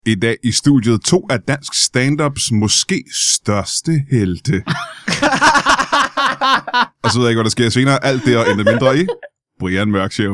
I dag i studiet 2 af dansk stand-ups måske største helte. Og så ved jeg ikke, hvad der sker senere. Alt det og intet mindre i Brian Mørk Show.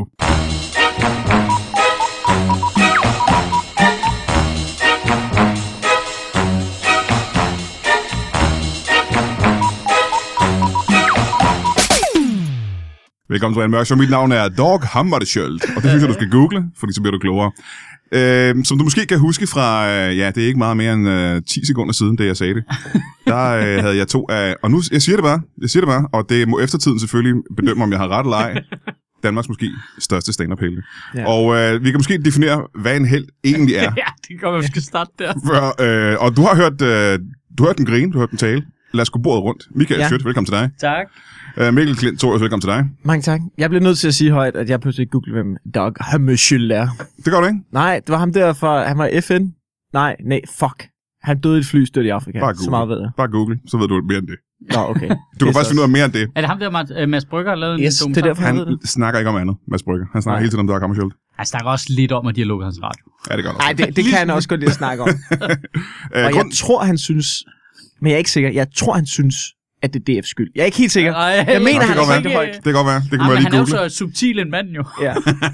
Velkommen til Brian Mørk Show. Mit navn er Dag Hammarskjöld, og det synes jeg, du skal google, fordi så bliver du klogere. Som du måske kan huske fra, det er ikke meget mere end 10 sekunder siden, da jeg sagde det. Der havde jeg 2 af, og nu, jeg siger det bare, og det må eftertiden selvfølgelig bedømme, om jeg har ret eller ej. Danmarks måske største stand-up-helte. Ja. Og vi kan måske definere, hvad en helt egentlig er. Ja, det kan vi skal starte der. Og du har hørt den grine, du har hørt den tale. Lad os gå bordet rundt. Michael Schødt, velkommen til dig. Tak. Mikkel Klint Thorius, velkommen til dig. Mange tak. Jeg blev nødt til at sige højt, at jeg pludselig googlede, hvem Dag Hammarskjöld er. Det gør du ikke? Nej, det var ham der fra, han var FN. Nej, fuck. Han døde i et flystyrt i Afrika. Bare Google. Så meget ved jeg. Bare Google, så ved du mere end det. Nå, okay. Du kan faktisk finde ud af mere end det. Er det ham der, Mads Brygger har lavet en yes, det er derfor, han snakker ikke om andet, Mads Brygger. Han snakker hele tiden om Dag Hammarskjöld. Han snakker også lidt om, at de har lukket hans radio. Ja, det gør han også. Nej, det kan han også godt lide at snakke om. Og jeg tror, han synes, men jeg er ikke sikker, jeg tror, han synes, at det er DF's skyld. Jeg er ikke helt sikker. Jeg mener, han er rigtig højt. Det kan godt være. Det kan man lige google. Han er jo så subtil en mand, jo. Ja.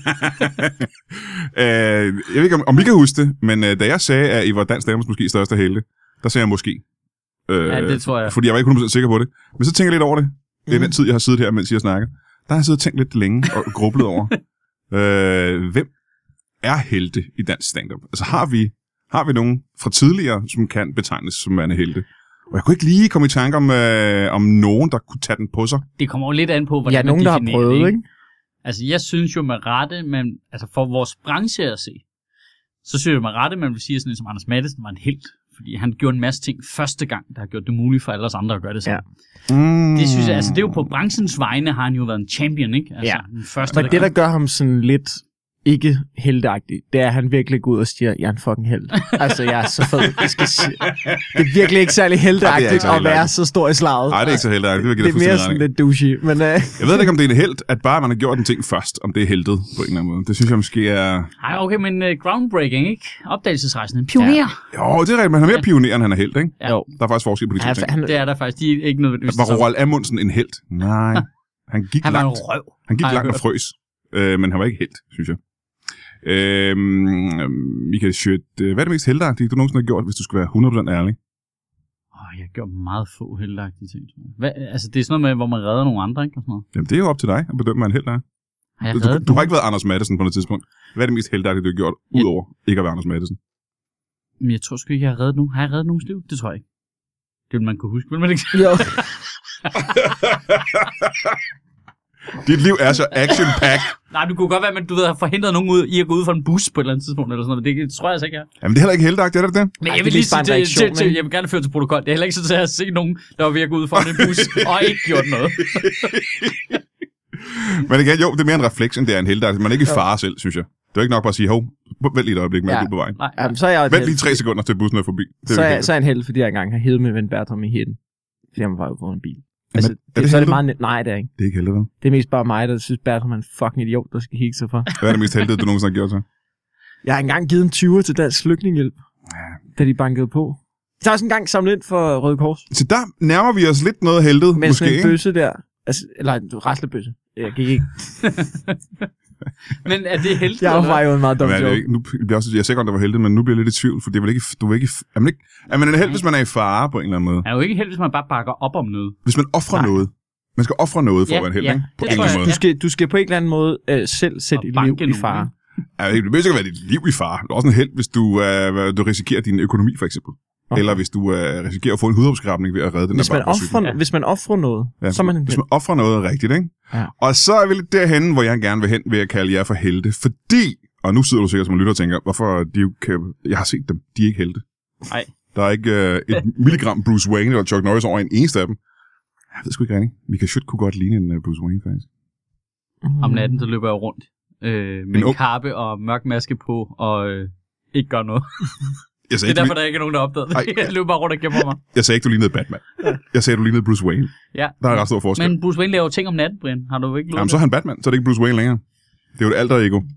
Jeg ved ikke, om I kan huske det, men da jeg sagde, at I var dansk Danmarks måske største helte, der sagde jeg måske. Ja, det tror jeg. Fordi jeg var ikke 100% sikker på det. Men så tænker jeg lidt over det. Det er den tid, jeg har siddet her, mens jeg snakker. Der har jeg siddet og tænkt lidt længe og grublet over. Hvem er helte i dansk stand-up? Altså har vi nogen fra tidligere, som kan betegnes som værende helte? Og jeg kunne ikke lige komme i tanke om nogen, der kunne tage den på sig. Det kommer jo lidt an på, hvordan man nogen, der har prøvet det, ikke? Altså, jeg synes jo med rette, men altså for vores branche at se, så synes jeg med rette, man vil sige, sådan som Anders Matthesen var en helt. Fordi han gjorde en masse ting første gang, der har gjort det muligt for alle os andre at gøre det samme. Ja. Det synes jeg, altså det er jo på branchens vegne, har han jo været en champion, ikke? Altså, den første, men det, der gør ham sådan lidt ikke helteagtig, det er, at han virkelig går ud og siger, jeg er en fucking held. Altså, jeg er så fed. Det er virkelig ikke særlig helteagtigt at være så stor i slaget. Nej, det er ikke så helteagtigt. Det er mere sådan lidt douchey. Men, jeg ved ikke, om det er en helt, at bare man har gjort en ting først, om det er heltet på en eller anden måde. Det synes jeg måske er... Ej, okay, men groundbreaking, ikke? Opdagelsesrejsen. En pioner. Ja. Jo, det er rigtigt, men han er mere pioner, end han er helt, ikke? Ja. Der er faktisk forskel på de to ting. Det er der faktisk. De er ikke nødvendigvis. Var Roald Amundsen en helt? Nej. Han gik han langt. Var en røv. Han gik langt og frøs. Men han var ikke helt, synes jeg. Michael Schødt, hvad er det mest helteagtige, du nogensinde har gjort, hvis du skal være 100% ærlig? Jeg har gjort meget få helteagtige ting. Altså, det er sådan noget med, hvor man redder nogle andre, ikke? Og sådan noget. Jamen, det er jo op til dig at bedømme, hvad en helt er. Du har ikke været Anders Matthesen på noget tidspunkt. Hvad er det mest helteagtige, du har gjort, udover ikke at være Anders Matthesen? Men jeg tror sgu ikke, jeg har reddet nogen. Har jeg reddet nogens liv? Det tror jeg ikke. Det vil man kunne huske, vil man ikke? Jo. Dit liv er så action-packed. Nej, du kunne godt være, men du ved, har forhindret nogen ud i at gå ud fra en bus på et eller andet tidspunkt, eller sådan noget. Det tror jeg altså ikke, jeg. Jamen, det er heller ikke helteagtigt, er det det? Men jeg vil lige sige jeg vil gerne føre til protokol. Det er heller ikke så til at se nogen, der var ved at gå ud fra en bus og ikke gjort noget. Men igen, jo, det er mere en refleks, end det er en helteagtigt. Man er ikke i fare selv, synes jeg. Det er ikke nok bare at sige, vent lige et øjeblik, med ud på vejen. Jamen, så er jeg vent lige 3 sekunder til bussen er forbi. Så er jeg en held, fordi jeg engang har hævet med Ven Bertram i hætten. Fordi han var jo på en bil. Altså, så er det meget nej, det er ikke. Det er ikke heldigt, vel? Det er mest bare mig, der synes, Bertram er en fucking idiot, der skal kigge sig for. Hvad er det mest heldige, du nogensinde har gjort så? Jeg har engang givet en 20'er til Dansk Flygtningehjælp, da de bankede på. Jeg har også engang samlet ind for Røde Kors. Så der nærmer vi os lidt noget heldet, med måske, ikke? Med sådan en bøsse der. Altså, eller en raslebøsse. Jeg gik ikke. Men er det heldigt? Jeg var jo en meget dum joke. Jeg er sikker, om det var heldigt, men nu bliver jeg lidt i tvivl, for det er vel ikke, er man en held, hvis man er i fare på en eller anden måde? Er jo ikke held, hvis man bare bakker op om noget. Hvis man offrer noget. Man skal ofre noget for at være en held, ikke? På en eller anden måde. Du skal på en eller anden måde selv sætte dit liv i fare. Ja, det behøver ikke at være dit liv i fare. Det er også en held, hvis du risikerer din økonomi, for eksempel. Okay. Eller hvis du risikerer at få en hudopskrabning ved at redde den Hvis man offrer noget, så er man en held. Hvis man offrer noget rigtigt, ikke? Ja. Og så er vi lidt derhenne, hvor jeg gerne vil hen ved at kalde jer for helte. Fordi, og nu sidder du sikkert som lytter og tænker, hvorfor jeg har set dem, de er ikke helte. Nej. Der er ikke et milligram Bruce Wayne eller Chuck Norris over en eneste af dem. Jeg ved sgu ikke rigtig. Michael Schødt kunne godt ligne en Bruce Wayne, faktisk. Om natten, så løber jeg rundt med en kappe og mørk maske på, og ikke gør noget. Det er derfor, der ikke er nogen, der opdagede det. Jeg løber bare rundt og gemmer mig. Jeg sagde ikke, du lignede Batman. Jeg sagde, du lignede Bruce Wayne. Ja. Der er ret stor forskel. Men Bruce Wayne laver ting om natten, Brian. Har du ikke Jamen, så er han Batman. Så er det ikke Bruce Wayne længere. Det er jo et alter ego.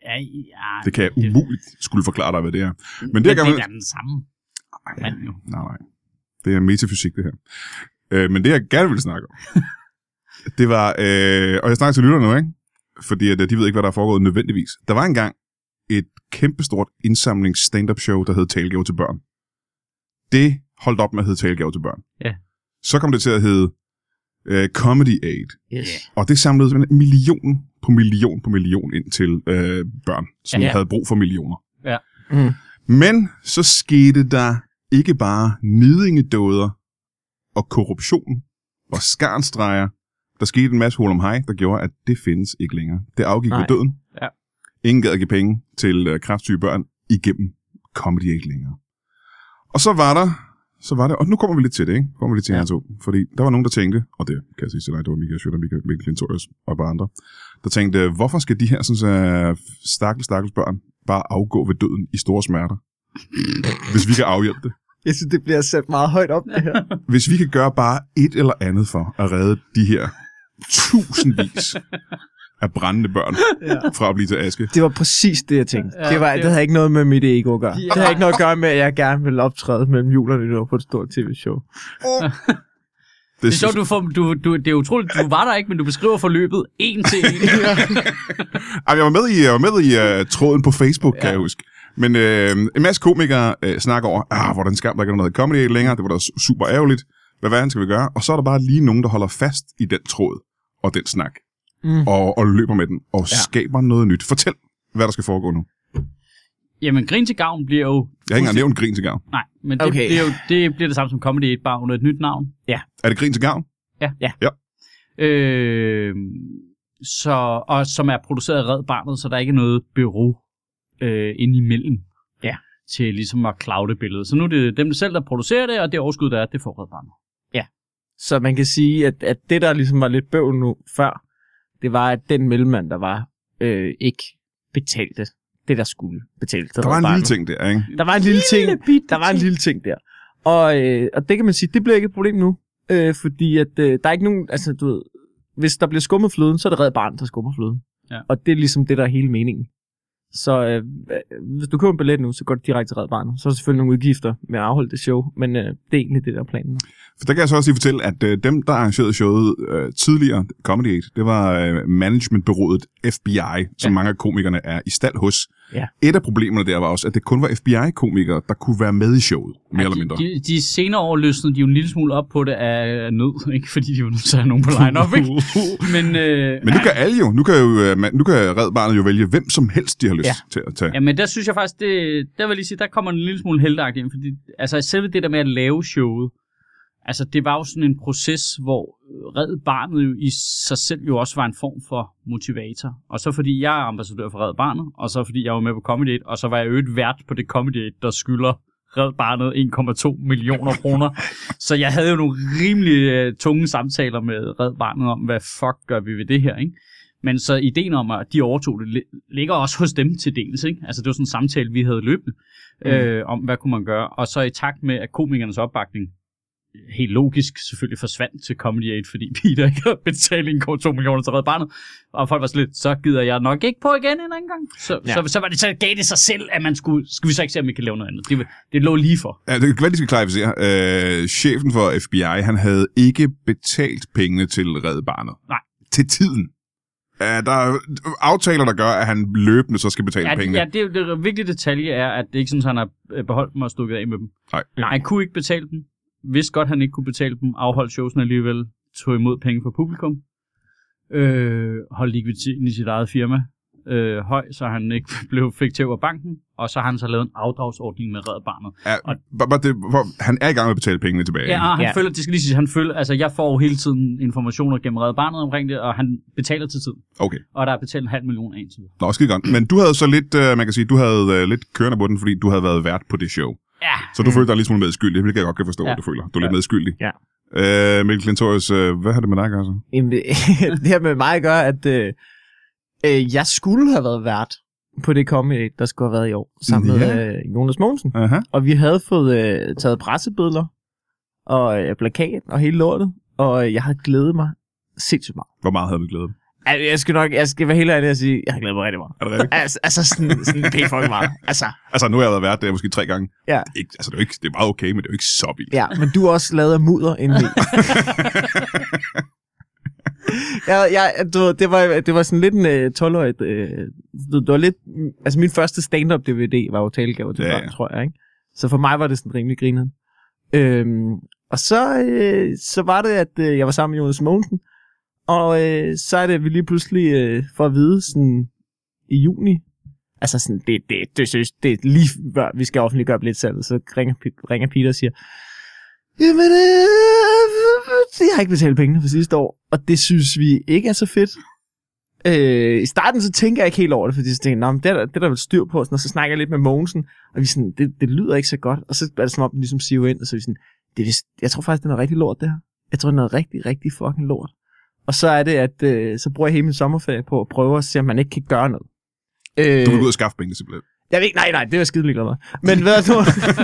Ja, Det kan jeg umuligt skulle forklare dig, hvad det er. Men det er da den samme mand jo. Nej. Det er metafysik, det her. Men det, jeg gerne vil snakke om, det var... og jeg snakker til lytterne nu, ikke? Fordi at, de ved ikke, hvad der er foregået nødvendigvis. Der var engang et kæmpestort indsamlings stand-up show, der hed Talegave til børn. Det holdt op med at hedde Talegave til børn. Ja. Så kom det til at hedde Comedy Aid. Yes. Og det samlede million på million ind til børn, som havde brug for millioner. Ja. Mm. Men så skete der ikke bare nidingedåder og korruption og skarnstreger. Der skete en masse hul om hej, der gjorde, at det findes ikke længere. Det afgik ved døden. Ja. Ingen gad at give penge til kræftsyge børn igennem Comedy Aid længere. Og så var det, og nu kommer vi lidt til det, ikke? Kommer vi lidt til her to. Fordi der var nogen, der tænkte, og det kan jeg sige til dig, det var Michael Schødt og Michael Klintorius og bare andre, der tænkte, hvorfor skal de her sådan, stakkels børn bare afgå ved døden i store smerter, hvis vi kan afhjælpe det? Jeg synes, det bliver sat meget højt op, det her. Hvis vi kan gøre bare et eller andet for at redde de her tusindvis af brændende børn fra at blive til aske. Det var præcis det, jeg tænkte. Ja, Det havde ikke noget med mit ego at gøre. Det havde ikke noget at gøre med, at jeg gerne ville optræde mellem julerne på et stort tv-show. Det er sjovt, det er utroligt, du var der ikke, men du beskriver forløbet en til en. Jeg var med i tråden på Facebook, kan jeg huske. Men en masse komikere snakker over, hvordan skam, der ikke er noget Comedy Aid længere, det var da super ærgerligt. Hvad skal vi gøre? Og så er der bare lige nogen, der holder fast i den tråd og den snak. Og løber med den, og skaber noget nyt. Fortæl, hvad der skal foregå nu. Jamen, Grin til Gavn bliver jo... Jeg har ikke engang nævnt Grin til Gavn. Nej, men det, det bliver det samme som Comedy Aid, bare under et nyt navn. Ja. Er det Grin til Gavn? Ja. Og som er produceret af Red Barnet, så der er ikke noget bureau ind imellem til ligesom at cloude billedet. Så nu er det dem selv, der producerer det, og det overskud, der er, det får Red Barnet. Ja. Så man kan sige, at det, der ligesom var lidt bøvl nu før, det var, at den mellemmand, der var, ikke betalte det, der skulle betale. Der var en lille ting der, ikke? Der var en lille ting der. Og det kan man sige, det bliver ikke et problem nu. Fordi at der er ikke nogen, altså du ved, hvis der bliver skummet fløden, så er det Red Barnet, der skummer fløden. Ja. Og det er ligesom det, der er hele meningen. Så hvis du køber en billet nu, så går det direkte til Red Barnet. Så er der selvfølgelig nogle udgifter med at afholde det show, men det er egentlig det, der er planen. For der kan jeg så også lige fortælle, at dem, der arrangerede showet tidligere, Comedy Aid, det var managementbureauet FBI, som mange af komikerne er i stald hos. Ja. Et af problemerne der var også, at det kun var FBI-komikere, der kunne være med i showet, mere eller mindre. De senere år løsnede de jo en lille smule op på det af nød, ikke? Fordi de jo nødt til at have nogen på line-up, ikke? Men nu kan alle jo, nu kan Red Barnet jo vælge hvem som helst, de har lyst til at tage. Ja, men der synes jeg faktisk, der vil lige sige, der kommer en lille smule helteagtigt ind, fordi altså selve det der med at lave showet, altså det var jo sådan en proces, hvor Red Barnet jo i sig selv jo også var en form for motivator. Og så fordi jeg er ambassadør for Red Barnet, og så fordi jeg var med på Comedy Aid, og så var jeg jo et vært på det Comedy Aid, der skylder Red Barnet 1,2 millioner kroner. Så jeg havde jo nogle rimelig tunge samtaler med Red Barnet om, hvad fuck gør vi ved det her, ikke? Men så ideen om, at de overtog det, ligger også hos dem til dels, ikke? Altså det var sådan en samtale, vi havde løbende om, hvad kunne man gøre. Og så i takt med, at komikernes opbakning helt logisk selvfølgelig forsvandt til Comedy Aid, fordi Peter ikke havde betalt 1,2 millioner til Red Barnet. Og folk var sådan lidt, så gider jeg nok ikke på igen en anden gang. Så var det, så gav det sig selv, at man skal vi så ikke se, om vi kan lave noget andet. Det lå lige for. Ja, det kan være, de skal klarificere. Chefen for FBI, han havde ikke betalt pengene til Red Barnet. Nej. Til tiden. Der er aftaler, der gør, at han løbende så skal betale pengene. Ja, det vigtige detalje er, at det ikke sådan, at han har beholdt dem og stukket af med dem. Nej. Han kunne ikke betale dem. Vidste godt, han ikke kunne betale dem. Afholdt showsene alligevel. Tog imod penge fra publikum. Holdt likviditeten i sit eget firma høj, så han ikke fik tæv af banken. Og så har han så lavet en afdragsordning med Red Barnet. Ja, han er i gang med at betale pengene tilbage. Ja, og han føler, det skal lige sige, han føler, altså jeg får hele tiden informationer gennem Red Barnet omkring det, og han betaler til tiden. Okay. Og der er betalt 500.000 indtil. Nå, skide godt. Men du havde så lidt, man kan sige, du havde lidt kørende på den, fordi du havde været vært på det show. Ja. Så du følte dig lidt smule medskyldig, hvilket jeg godt kan forstå, at du føler. Du er lidt medskyldig. Ja. Michael Klintorius, hvad har det med dig at gøre så? Jamen, det her med mig at gøre, at jeg skulle have været vært på det Comedy, der skulle have været i år, sammen med Jonas Mogensen. Og vi havde fået taget pressebilleder og plakat og hele lortet, og jeg havde glædet mig sindssygt meget. Hvor meget havde du glædet? Jeg skal være helt ærlig at sige, jeg har glædet mig rigtig meget. Er det rigtigt? Altså sådan pænt fucking meget. Altså, nu har jeg været vært der måske 3 gange. Ja. Det er meget okay, men det er jo ikke så vildt. Ja, men du er også lavet af mudder indeni. Det var sådan lidt en 12-årig... det var lidt... Altså, min første stand-up-DVD var jo talegave til børn, tror jeg, ikke? Så for mig var det sådan rimelig grineren. Og så var det, at jeg var sammen med Jonas Mogensen, og så er det, at vi lige pludselig får at vide sådan i juni, altså sådan, det er lige før vi skal offentliggøre billetsalget, så ringer Peter og siger, jamen, jeg har ikke betalt pengene for sidste år, og det synes vi ikke er så fedt. I starten så tænker jeg ikke helt over det, fordi så tænker jeg, det er der vel styr på, og så snakker jeg lidt med Mogensen, og vi sådan, det lyder ikke så godt, og så er det som om, den ligesom siger ind, og så er vi sådan, jeg tror faktisk, det er noget rigtig lort, det her. Jeg tror, det er noget rigtig, rigtig fucking lort. Og så er det, at så bruger jeg hele min sommerferie på at prøve at se, om man ikke kan gøre noget. Du vil ud og skaffe penge, simpelthen. Jeg ved ikke, nej, det var skide ligeglad med. Men hvad du...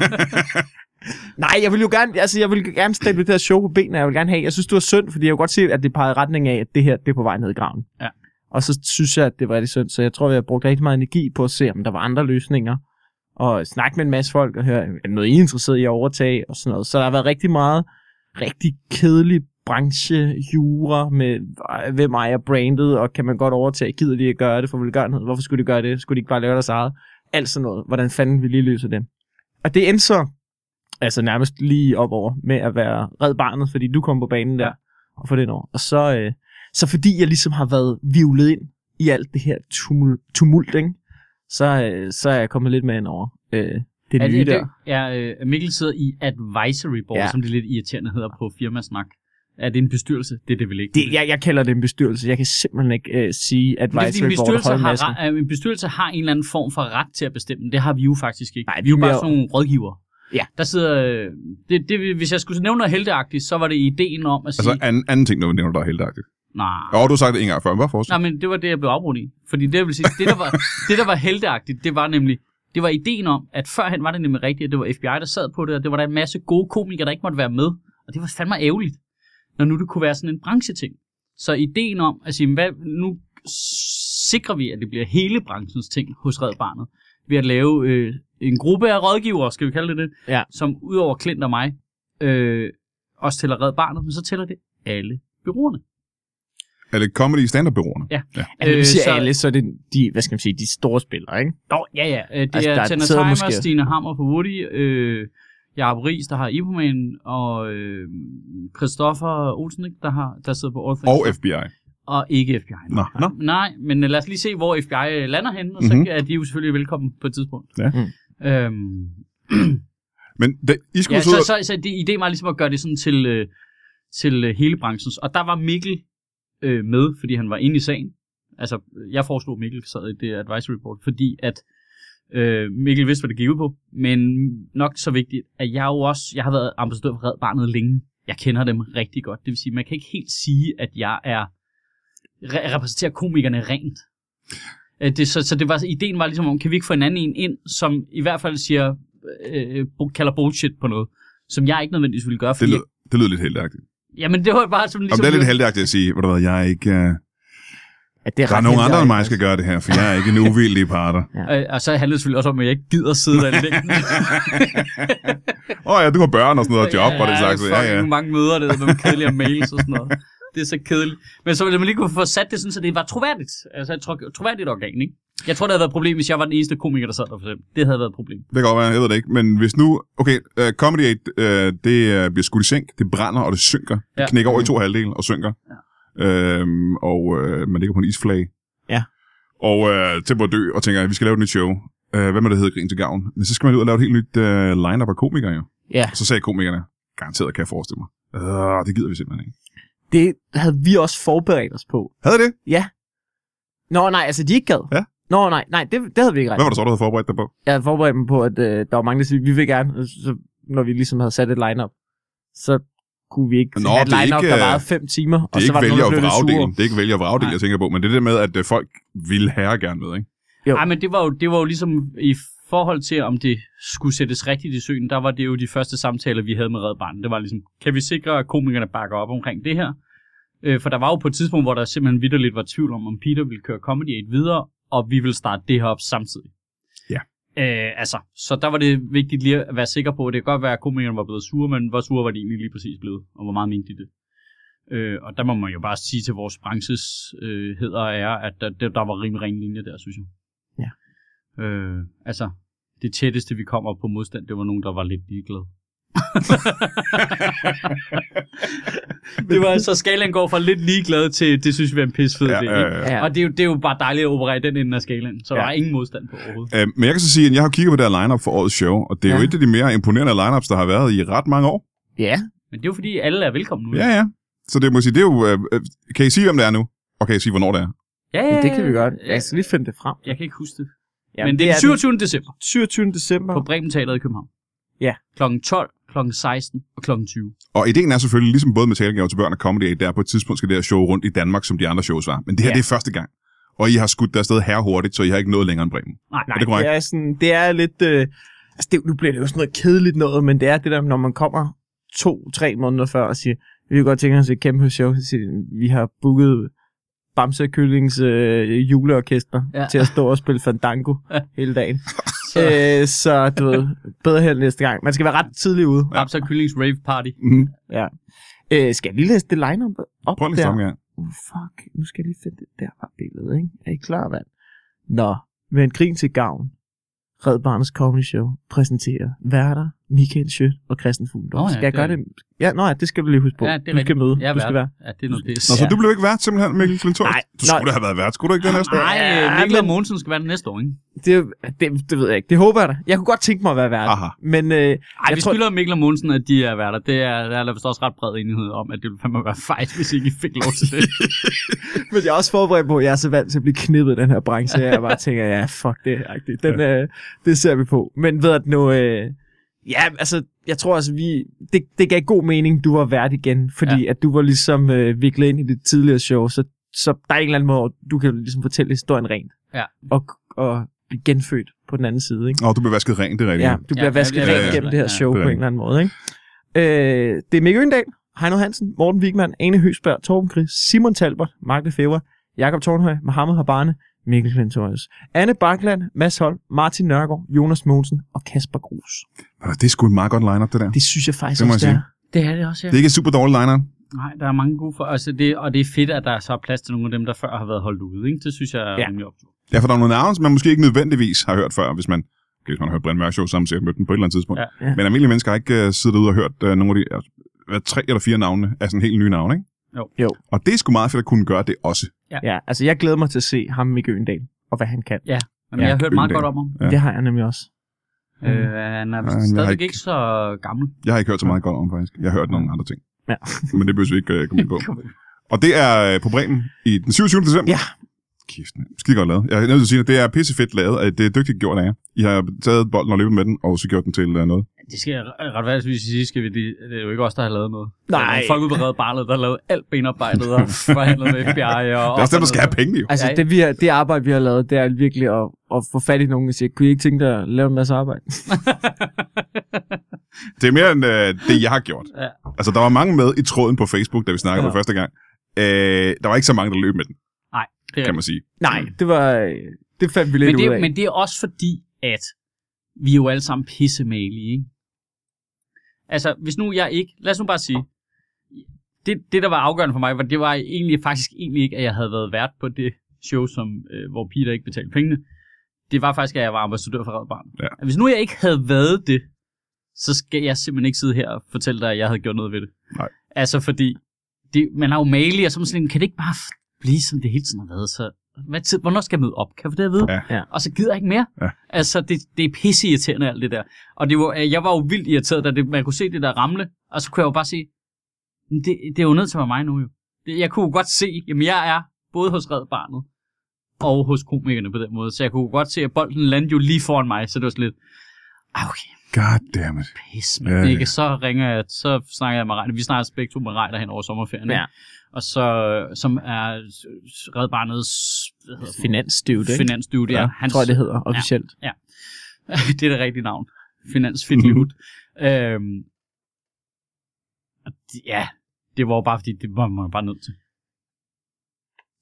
Nej, jeg vil jo gerne stille det her show på benene, jeg vil gerne have. Jeg synes, det var synd, fordi jeg kunne godt se, at det pegede i retning af, at det her, det er på vej ned i graven. Ja. Og så synes jeg, at det var rigtig synd, så jeg tror, vi har brugt rigtig meget energi på at se, om der var andre løsninger. Og snakke med en masse folk og høre, er noget I er interesseret i at overtage og sådan noget. Så der har været rigtig meget, rigtig kedelig branchejura med, hvem ejer brandet, og kan man godt overtage, gider de at gøre det, for vil gøre noget, hvorfor skulle de gøre det, skulle de ikke bare lave deres eget, alt sådan noget, hvordan fanden vi lige løser det. Og det endte så, altså nærmest lige op over, med at være Red Barnet, fordi du kom på banen der, og få det over. Og så fordi jeg ligesom har været vivlet ind i alt det her tumult, ikke? Så er jeg kommet lidt med ind over det nye der. Mikkel sidder i advisory board, som det lidt irriterende hedder på firmasnak. Er det en bestyrelse? Det er det vel ikke? Jeg kalder det en bestyrelse. Jeg kan simpelthen ikke sige advisory board. En bestyrelse har en eller anden form for ret til at bestemme. Det har vi jo faktisk ikke. Nej, vi er jo bare sådan nogle rådgivere. Ja. Der sidder... hvis jeg skulle nævne noget helteagtigt, så var det ideen om at sige... Altså anden ting, når du nævner, der er helteagtigt. Nej. Du har sagt det en gang før, men bare fortsæt. Nej, men det var det, jeg blev afbrudt i. Fordi det vil sige, det der var helteagtigt, det var nemlig... Det var ideen om, at førhen var det nemlig rigtigt, at det var FBI, der sad på det, og det var der en masse gode komikere, der ikke måtte være med. Og det var fandme ærgerligt, når nu det kunne være sådan en brancheting. Så ideen om at sige, nu sikrer vi, at det bliver hele branchens ting hos Red Barnet, ved at lave en gruppe af rådgivere, skal vi kalde det, som udover Klint og mig, også tæller Red Barnet, men så tæller det alle bureauerne. Er det comedy stand-up-bureauerne? Ja. Altså, vi siger alle, så er det de, hvad skal man sige, de store spillere, ikke? Ja. Det er Tanner Timer, Stine Hammer på Woody, Jacob Riis, der har Ipoman, og Christoffer Olsen, ikke, der sidder på All Things. Og FBI. Og ikke FBI. Nå. Nej, men lad os lige se, hvor FBI lander henne, og så er de jo selvfølgelig velkommen på et tidspunkt. Ja. Men I skulle så ideen var ligesom at gøre det sådan til hele branchens. Og der var Mikkel med, fordi han var inde i sagen. Altså, jeg foreslog Mikkel sad i det advisory board, fordi at Mikkel vidste, hvad det gik ud på. Men nok så vigtigt, at jeg har været ambassadør for Red Barnet længe. Jeg kender dem rigtig godt. Det vil sige, man kan ikke helt sige, at jeg repræsenterer komikerne rent. Så det var, ideen var ligesom, kan vi ikke få en anden ind, som i hvert fald siger, kalder bullshit på noget, som jeg ikke nødvendigvis ville gøre. Det lyder lidt heldigagtigt. Jamen, det var bare sådan ligesom... det er lidt heldigagtigt at sige, hvor jeg er ikke... der er nogen andre end mig, der skal gøre det her, for jeg er ikke en uvildig parter. Ja. Og så handler det selvfølgelig også om, at jeg ikke gider sidde der i længden. Du har børn og sådan noget, og job og det slags. Ja. Mange møder, det med kedelige mails og sådan noget. Det er så kedeligt. Men så ville man lige kunne få sat det sådan, så det var troværdigt. Altså et troværdigt organ, ikke? Jeg tror, det havde været et problem, hvis jeg var den eneste komiker, der sad der for eksempel. Det havde været et problem. Det kan godt være, jeg ved det ikke. Men hvis nu... Okay, Comedy Aid, det bliver skudt i sænk, det brænder, og det synker. Det knækker over i 2 halvdele og synker. Ja. Man ligger på en isflage. Ja. Og til på at dø, og tænker, at vi skal lave et nyt show. Hvad med det hedder Grin til gavn? Men så skal man ud og lave et helt nyt line-up af komikere, jo. Ja. Og så sagde komikerne, garanteret kan jeg forestille mig. Det gider vi simpelthen ikke. Det havde vi også forberedt os på. Havde det? Ja. Nå, nej, altså de ikke gad. Ja. Nå, nej, det havde vi ikke ret. Hvad var det så, du havde forberedt dig på? Jeg havde forberedt mig på, at der var mange, der siger, vi vil gerne, så, når vi ligesom havde sat et line-up, så kunne vi ikke have et line-up, der varede 5 timer. Det er ikke vælge og vragdelen. Det er ikke vælge og vragdelen, jeg tænker på, men det er det med, at folk vil have gerne med, ikke? Nej, men det var jo ligesom i forhold til, om det skulle sættes rigtigt i søen, der var det jo de første samtaler, vi havde med Red Barnet. Det var ligesom, kan vi sikre, at komikerne bakker op omkring det her? For der var jo på et tidspunkt, hvor der simpelthen vitterligt var tvivl om Peter ville køre Comedy 8 videre, og vi ville starte det her op samtidig. Ja. Så der var det vigtigt lige at være sikker på, at det kan godt være, at komikerne var blevet sure, men hvor sure var de egentlig lige præcis blevet, og hvor meget mente de det. Og der må man jo bare sige til vores branches hedder er, at der var rimelig ren linje der, synes jeg. Ja. Det tætteste, vi kommer på modstand, det var nogen, der var lidt ligeglade. Det var så skalaen går fra lidt ligeglad til, det synes vi er en pis fed idé. Ja. Og det er jo bare dejligt at operere i den ende af skalaen, så der er ingen modstand på overhovedet. Men jeg kan så sige, at jeg har kigget på det her line-up for årets show, og det er jo et af de mere imponerende line-ups, der har været i ret mange år. Ja. Men det er jo fordi, alle er velkomne nu. Ja. Så det må sige, det er jo... kan I sige, om det er nu? Og kan I sige, hvornår det er? Ja. Det kan vi godt. Jeg skal lige finde det frem. Jeg kan ikke huske det. Ja, men det er den 27. december. 27. december. På Bremen Teatret i København. Ja. Klokken 12, klokken 16 og klokken 20. Og ideen er selvfølgelig, ligesom både med Teatergave til børn og Comedy 8, der på et tidspunkt skal det her show rundt i Danmark, som de andre shows var. Men det her, det er første gang. Og I har skudt der afsted her hurtigt, så I har ikke nået længere end Bremen. Nej, det er lidt... nu bliver det jo sådan noget kedeligt noget, men det er det der, når man kommer 2-3 måneder før og siger, vi vil godt tænke os et kæmpe show, så siger, vi har booket Bamse Kyllings juleorkester til at stå og spille Fandango hele dagen. Så du ved, bedre her næste gang. Man skal være ret tidlig ude. Bamse Kyllings rave party. Mm-hmm. Ja. Skal jeg lige læse det line-up op? Prøv lige der? Fuck, nu skal jeg lige finde det der billede, ikke? Er I klar, mand? Nå, med en grin til gavn. Red Barnets Comedy Show præsenterer værter Michael Schødt og Christian Fuglendorf. Skal jeg gøre det? Ja, det skal du lige huske på. Ja, det er du skal møde. Du skal være. Ja, det er noget det. Så du blev ikke vært simpelthen, Mikkel Klintor? Nej. Du skulle da have været vært. Skulle du ikke det næste år? Nej, Mikkel og Mogensen skal være det næste år, ikke? Det ved jeg ikke. Det håber jeg da. Jeg kunne godt tænke mig at være vært. Aha. Men vi skylder Mikkel og Mogensen, at de er værter. Der er vist også ret bred enighed om, at det ville fandme være fejl, hvis ikke I fik lov til det. Men jeg er også forberedt på, at jeg er så vant til at blive knippet i den her branche. Jeg bare tænker, ja, fuck det. Det ser vi på. Men ved at nu... jeg tror altså, det gav god mening, du var vært igen, fordi at du var ligesom viklet ind i det tidligere show, så der er en eller anden måde, du kan ligesom fortælle historien rent, og blive genfødt på den anden side, ikke? Og du bliver vasket rent, det er rigtigt. Ja, du bliver vasket rent gennem det her show på en eller anden måde, ikke? Det er Mikkel Øgendahl, Heino Hansen, Morten Wigman, Ane Høgsberg, Torben Chris, Simon Talbot, Mark Lefebvre, Jakob Tornhøj, Mohammed Habane, Mikkel Klintorius, Anne Bakland, Mads Holm, Martin Nørgaard, Jonas Mogensen og Kasper Grus. Det er sgu et meget godt line-up, det der. Det synes jeg faktisk også, det er. Det er det også, ja. Det er ikke et super dårligt line-up. Nej, der er mange gode for. Altså og det er fedt, at der så er plads til nogle af dem, der før har været holdt ude, ikke? Det synes jeg er rimelig optur. Ja, for der er nogle navne, som man måske ikke nødvendigvis har hørt før, hvis man har hørt Brian Mørk Show sammen, så jeg har mødt dem på et eller andet tidspunkt. Ja. Men almindelige mennesker har ikke siddet ude og hørt nogle af de 3 eller 4 navne af sådan helt nye navne, ikke? Jo. Og det er sgu meget fedt at kunne gøre det også. Ja, altså jeg glæder mig til at se ham Mikkel Øgendahl, og hvad han kan. Ja, men jeg har hørt meget godt om ham. Ja. Det har jeg nemlig også. Han er stadig ikke så gammel. Jeg har ikke hørt så meget godt om faktisk. Jeg har hørt nogle andre ting. Ja. Men det behøver vi ikke komme ind på. Og det er på Bremen i den 27. december. Ja. Kæft, skide godt lavet. Jeg er nødt til at sige, at det er pissefedt lavet. Det er dygtigt gjort af jer. I har taget bolden og løbet med den, og så gjort den til noget. Det skal retfærdigvis sige, det er jo ikke os, der har lavet noget. Nej. Folk ude på Red Barnet, der har lavet alt benarbejdet og forhandlet med FBI. Og det er også dem, der skal have penge, jo. Altså, det arbejde, vi har lavet, det er virkelig at få fat i nogen og sige, kunne I ikke tænke dig at lave en masse arbejde? Det er mere end det, jeg har gjort. Ja. Altså, der var mange med i tråden på Facebook, da vi snakkede på første gang. Der var ikke så mange, der løb med den. Nej, det kan man sige. Nej, det fandt vi lidt ud af. Men det er også fordi, at vi er jo alle sammen pissemalige, ikke? Altså, hvis nu jeg ikke... Lad os nu bare sige... Det der var afgørende for mig, det var faktisk ikke, at jeg havde været vært på det show, hvor Peter ikke betalte pengene. Det var faktisk, at jeg var ambassadør for Red Barnet. Ja. Hvis nu jeg ikke havde været det, så skal jeg simpelthen ikke sidde her og fortælle dig, at jeg havde gjort noget ved det. Nej. Altså, fordi... man har jo mail, og så sådan, kan det ikke bare blive, som det hele tiden har været? Så hvornår skal jeg møde op? Kan jeg få det at vide? Ja. Og så gider jeg ikke mere. Ja. Altså, det er pisseirriterende alt det der. Og jeg var jo vildt irriteret, da man kunne se det der ramle, og så kunne jeg jo bare sige, det er jo nødt til at være mig nu jo. Jeg kunne jo godt se, jamen jeg er både hos Red Barnet og hos komikerne på den måde, så jeg kunne godt se, at bolden landede jo lige foran mig, så det var sådan lidt, okay. Goddammit. Pis, men ikke? Så snakker jeg med Reiner. Vi snakker begge to med Reiner hen over sommerferien. Ja. Og så, som er Red Barnets finansdude, ja. Han tror jeg, det hedder officielt. Ja. Det er det rigtige navn. Finansfitlighed. Ja, det var jo bare fordi, det var man bare nødt til.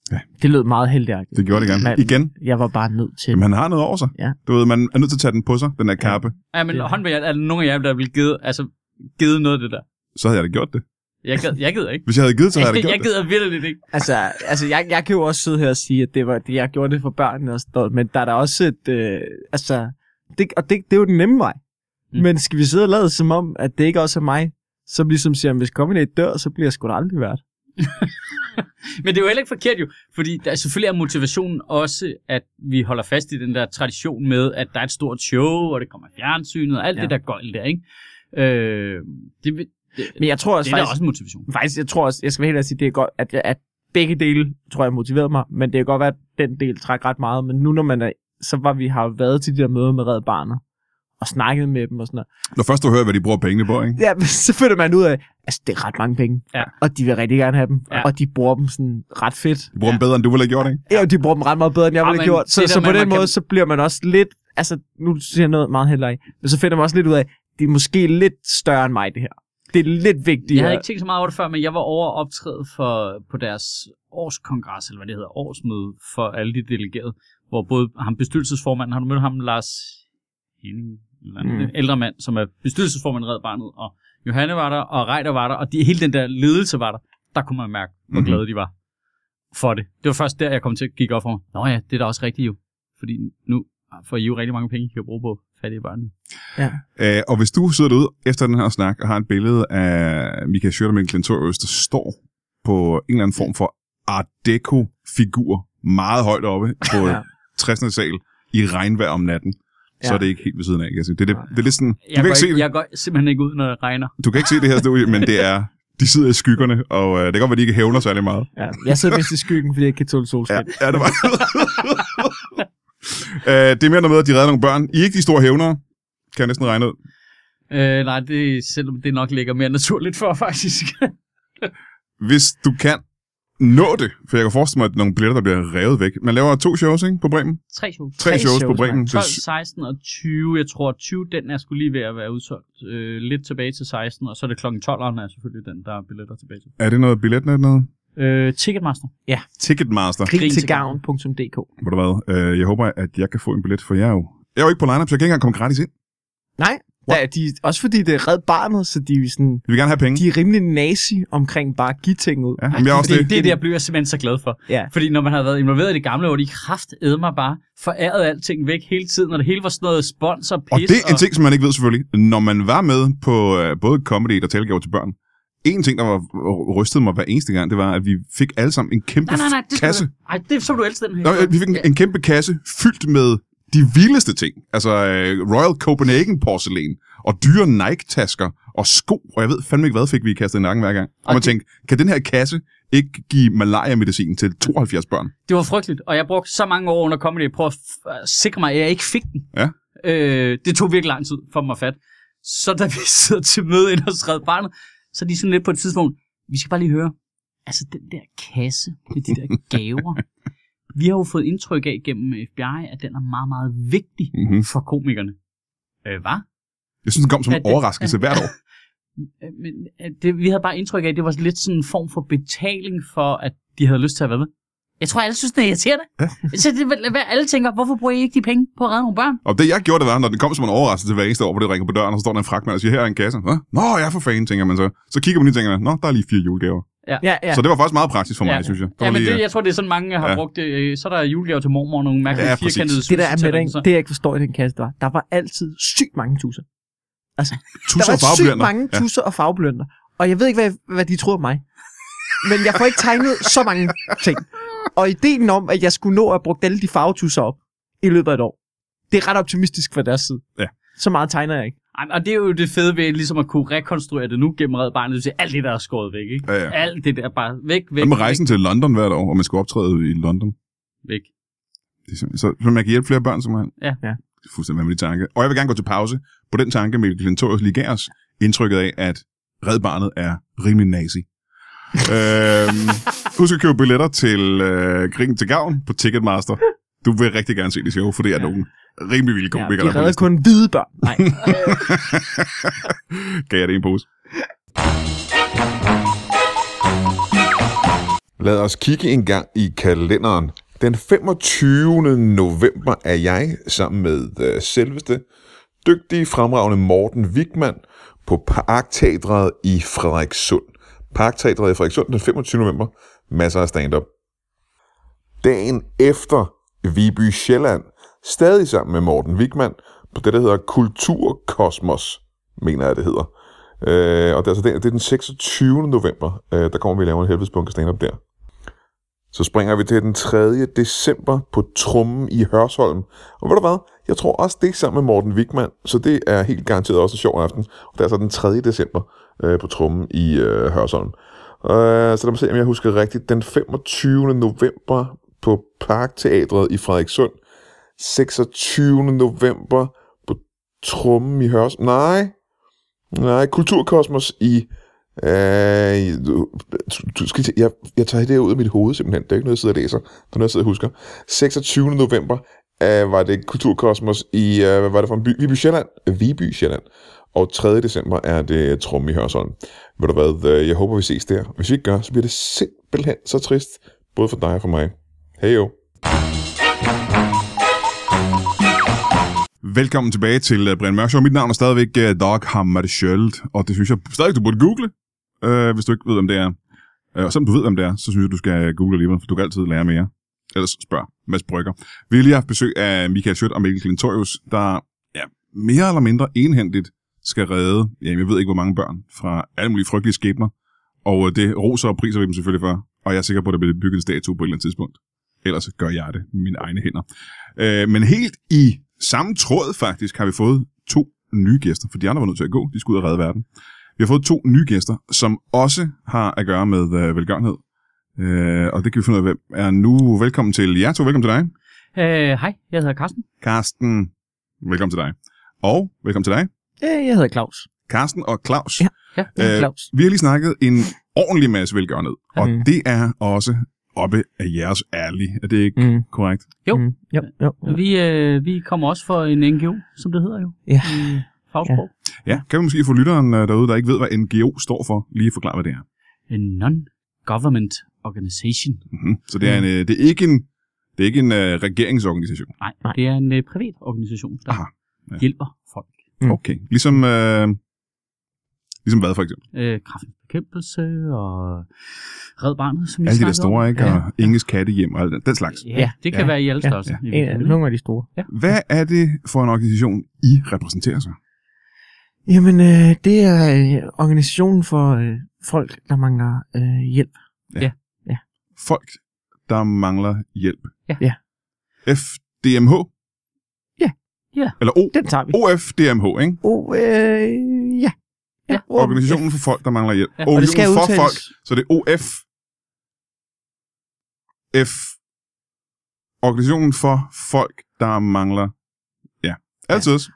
Ja. Det lød meget heldigagtigt. Det gjorde det gerne. Men Igen. Jeg var bare nødt til. Jamen, han har noget over sig. Ja. Du ved, man er nødt til at tage den på sig, den der kappe. Ja, men hånd på jer, er der nogen af jer, der ville givet noget af det der? Så havde jeg da gjort det. Jeg gider ikke. Hvis jeg havde givet, så havde jeg da gjort Jeg gider virkelig ikke. Altså jeg kan jo også sidde her og sige, at det var det, jeg gjorde det for børnene og sådan noget, men der er der også et, det er jo den nemme vej. Men skal vi sidde og lade som om, at det ikke også er mig, som ligesom siger, hvis kommer et dør, så bliver jeg sgu da aldrig vært. Men det er jo heller ikke forkert jo, fordi der selvfølgelig er motivationen også, at vi holder fast i den der tradition med, at der er et stort show, og det kommer fjernsynet, og alt det der gøjl der, ikke? Men jeg tror også det er faktisk, også motivation. Faktisk, jeg tror også, jeg skal helt ærligt sige, det er godt, at begge dele, tror jeg, motiverede mig, men det kan godt være, at den del trækker ret meget, men nu når man har været til de der møder med Red Barnet, og snakket med dem og sådan noget. Når først du hører, hvad de bruger pengene på, ikke? Ja, så finder man ud af, altså det er ret mange penge, og de vil rigtig gerne have dem, og de bruger dem sådan ret fedt. De bruger dem bedre, end du ville have gjort, ikke? Ja, de bruger dem ret meget bedre, end jeg ville have gjort, så på den måde, så bliver man også lidt, altså nu siger jeg noget meget heller ikke, men så finder man også lidt ud af, det er måske lidt større end mig, det her. Det er lidt vigtigt. Jeg havde ikke tænkt så meget over det før, men jeg var over optrædet på deres årskongres, eller hvad det hedder, årsmøde for alle de delegerede, hvor både ham bestyrelsesformanden, har du mødt ham, Lars Henning, en ældre mand, som er bestyrelsesformand i Red Barnet, og Johanne var der, og Reiter var der, og hele den der ledelse var der kunne man mærke, hvor glade de var for det. Det var først der, jeg kom til at kigge op for mig. Nå ja, det er da også rigtigt jo, fordi nu får I jo rigtig mange penge, I kan bruge på fattige børn. Ja. Og hvis du sidder derude efter den her snak, og har et billede af Michael Schuerter Klintorius, der står på en eller anden form for Art Deco-figur, meget højt oppe på 60. sal, i regnvejr om natten, så er det ikke helt ved siden af. Det er lidt sådan, jeg går simpelthen ikke ud, når det regner. Du kan ikke se det her stå, men det er, de sidder i skyggerne, og det kan godt være, de ikke hævner særlig meget. Ja, jeg sidder mest i skyggen, fordi jeg ikke kan tåle solskin. Ja, det var det er mere noget med, at de redder nogle børn. I er ikke de store hævnere, kan jeg næsten regne ud. Nej, selvom det nok ligger mere naturligt for, faktisk. Hvis du kan nå det, for jeg kan forestille mig, at nogle billetter, der bliver revet væk. Man laver 2 shows, ikke, på Bremen? 3 shows. 3 shows på Bremen. 12, 16 og 20. Jeg tror, 20, den er skulle lige ved at være udsolgt. Lidt tilbage til 16, og så er det klokken 12, er selvfølgelig den, der er billetter tilbage til. Er det noget billetnet noget? Ticketmaster. Ja. Ticketmaster. Grintilgavn.dk. Ved du hvad? Jeg håber, at jeg kan få en billet, for jeg er jo ikke på line-up, så jeg kan ikke engang komme gratis ind. Nej. Også fordi det er Red Barnet, så de er sådan... De vil gerne have penge. De er rimelig nazi omkring bare at give ting ud. Ja, jeg også det er det, jeg bliver simpelthen så glad for. Ja. Fordi når man har været involveret i det gamle, hvor de kraftedme mig bare forærede alting væk hele tiden, og det hele var sådan noget sponsor, pis. Og det er en ting, som man ikke ved selvfølgelig. Når man var med på både comedy og talgaver til børn, en ting, der var rystede mig hver eneste gang, det var, at vi fik alle sammen en kæmpe kasse. Nej, det er så du elsker den her. Vi fik en kæmpe kasse fyldt med de vildeste ting. Altså Royal Copenhagen porcelæn og dyre Nike-tasker og sko, og jeg ved fandme ikke, hvad fik vi kastet i nakken hver gang. Og man tænkte, kan den her kasse ikke give malaria-medicin til 72 børn? Det var frygteligt, og jeg brugte så mange år under comedy på at sikre mig, at jeg ikke fik den. Ja. Det tog virkelig lang tid for mig at fatte. Så da vi sidder til møde ind hos Red Barnet, så er de sådan lidt på et tidspunkt, vi skal bare lige høre, altså den der kasse med de der gaver, vi har jo fået indtryk af gennem FBI, at den er meget, meget vigtig for komikerne. Hvad? Jeg synes, den kom som en overraskelse hvert år. Men vi havde bare indtryk af, at det var lidt sådan en form for betaling for, at de havde lyst til at være med. Jeg tror, alle synes, det er irriterende. Ja. Så alle tænker, hvorfor bruger I ikke de penge på at redde nogle børn? Og det jeg gjorde, det var, når den kom som en overraskelse hver eneste år, hvor det ringer på døren, og så står der en fragtmand og siger, her er en kasse. Nå, jeg er for fan, tænker man så. Så kigger man lige og tænker, nå, der er lige 4 julegaver. Ja. Så det var faktisk meget praktisk for mig, synes jeg. Ja, men jeg tror, det er sådan, mange har brugt det. Så er der julegaver til mormor og nogle mærkelige firkantede det der er med det jeg ikke forstår i den kasse, der var altid sygt mange tusser. Altså, tusser der var sygt mange tusser og farveblyanter. Og jeg ved ikke, hvad de troede om mig. Men jeg får ikke tegnet så mange ting. Og ideen om, at jeg skulle nå at bruge alle de farvetusser op i løbet af et år, det er ret optimistisk fra deres side. Ja. Så meget tegner jeg ikke. Og det er jo det fede ved ligesom at kunne rekonstruere det nu gennem Red Barnet. Du siger, alt det der er skåret væk, ikke? Ja. Alt det der bare væk. Og med rejsen til London hvert år, og man skal optræde i London. Væk. Så man kan hjælpe flere børn, som man. Ja. Det er fuldstændig vanvittig tanke. Og jeg vil gerne gå til pause på den tanke med Klintorius Ligers indtrykket af, at Red Barnet er rimelig nazi. Husk at købe billetter til Grin til Gavn på Ticketmaster. Du vil rigtig gerne se det show, for det er nogle rimelig vilde komikere. Ja, de redder kun hvide børn. Nej. Gav jeg det i en pose? Lad os kigge en gang i kalenderen. Den 25. november er jeg sammen med selveste dygtige, fremragende Morten Wigman på Parkteatret i Frederikssund. Parkteatret i Frederikssund den 25. november. Masser af stand-up. Dagen efter Viby Sjælland, stadig sammen med Morten Wigman, på det, der hedder Kulturkosmos, mener jeg, det hedder. Og det er den 26. november, der kommer vi og laver en helvedesbunke stand-up der. Så springer vi til den 3. december på Trummen i Hørsholm. Og ved du hvad? Jeg tror også, det er sammen med Morten Wigman, så det er helt garanteret også en sjov aften. Og det er så den 3. december på Trummen i Hørsholm. Så lad mig se, om jeg husker rigtigt. Den 25. november på Parkteatret i Frederikssund. 26. november på Trummen i Hørsholm. Nej, Kulturkosmos i... jeg tager det ud af mit hoved simpelthen. Det er ikke noget, jeg sidder og læser. Det er noget, jeg sidder og husker. 26. november var det Kulturkosmos i... hvad var det for en by? Viby Sjælland. Og 3. december er det Trummen i Hørsholm. Ved du hvad? Jeg håber, vi ses der. Hvis vi ikke gør, så bliver det simpelthen så trist. Både for dig og for mig. Hej jo. Velkommen tilbage til Brian Mørk Show. Mit navn er stadigvæk Dag Hammarskjöld, og det synes jeg stadig, du burde google, hvis du ikke ved, hvem det er. Og selvom du ved, hvem det er, så synes jeg, du skal google alligevel, for du kan altid lære mere. Ellers spørg Mads Brygger. Vi har lige haft besøg af Michael Schødt og Mikkel Klintorius, der mere eller mindre enhændigt skal redde, jeg ved ikke, hvor mange børn fra alle mulige frygtelige skæbner. Og det roser og priser vi dem selvfølgelig for. Og jeg er sikker på, at der bliver bygget en statue på et eller andet tidspunkt. Ellers gør jeg det med mine egne hænder. Men helt i samme tråd faktisk har vi fået 2 nye gæster, for de andre var nødt til at gå. De skulle ud og redde verden. Vi har fået 2 nye gæster, som også har at gøre med velgørenhed. Og det kan vi finde ud af, hvem er nu. Velkommen til jer to. Velkommen til dig. Hej, jeg hedder Carsten. Carsten, velkommen til dig. Og velkommen til dig. Jeg hedder Claus. Carsten og Claus. Ja, det er Claus. Vi har lige snakket en ordentlig masse velgørenhed, og det er også oppe af jeres ærlige. Er det ikke korrekt? Jo. Jo. Vi kommer også for en NGO, som det hedder jo. Ja. I fagsprog. Ja, kan vi måske få lytteren derude, der ikke ved, hvad NGO står for, lige forklare, hvad det er? En non-government organization. Mm-hmm. Så det er, det er ikke en regeringsorganisation? Nej, det er en privat organisation, der hjælper folk. Okay, ligesom hvad for eksempel? Kræftens Bekæmpelse og Red Barnet, som I alle de snakker der store, om. ikke? Og Inges Kattehjem og den slags. Ja, det kan være i alle størrelser. Nogle af de store. Ja. Hvad er det for en organisation, I repræsenterer sig? Jamen, det er organisationen for folk, der mangler hjælp. Ja. Folk, der mangler hjælp. Ja. FDMH? Ja. Eller Den tager vi. OFDMH, ikke? Ja. Organisationen for folk, der mangler hjælp. Ja. Og det skal for udtales. folk, så det er Organisationen for folk, der mangler... Ja, altid også.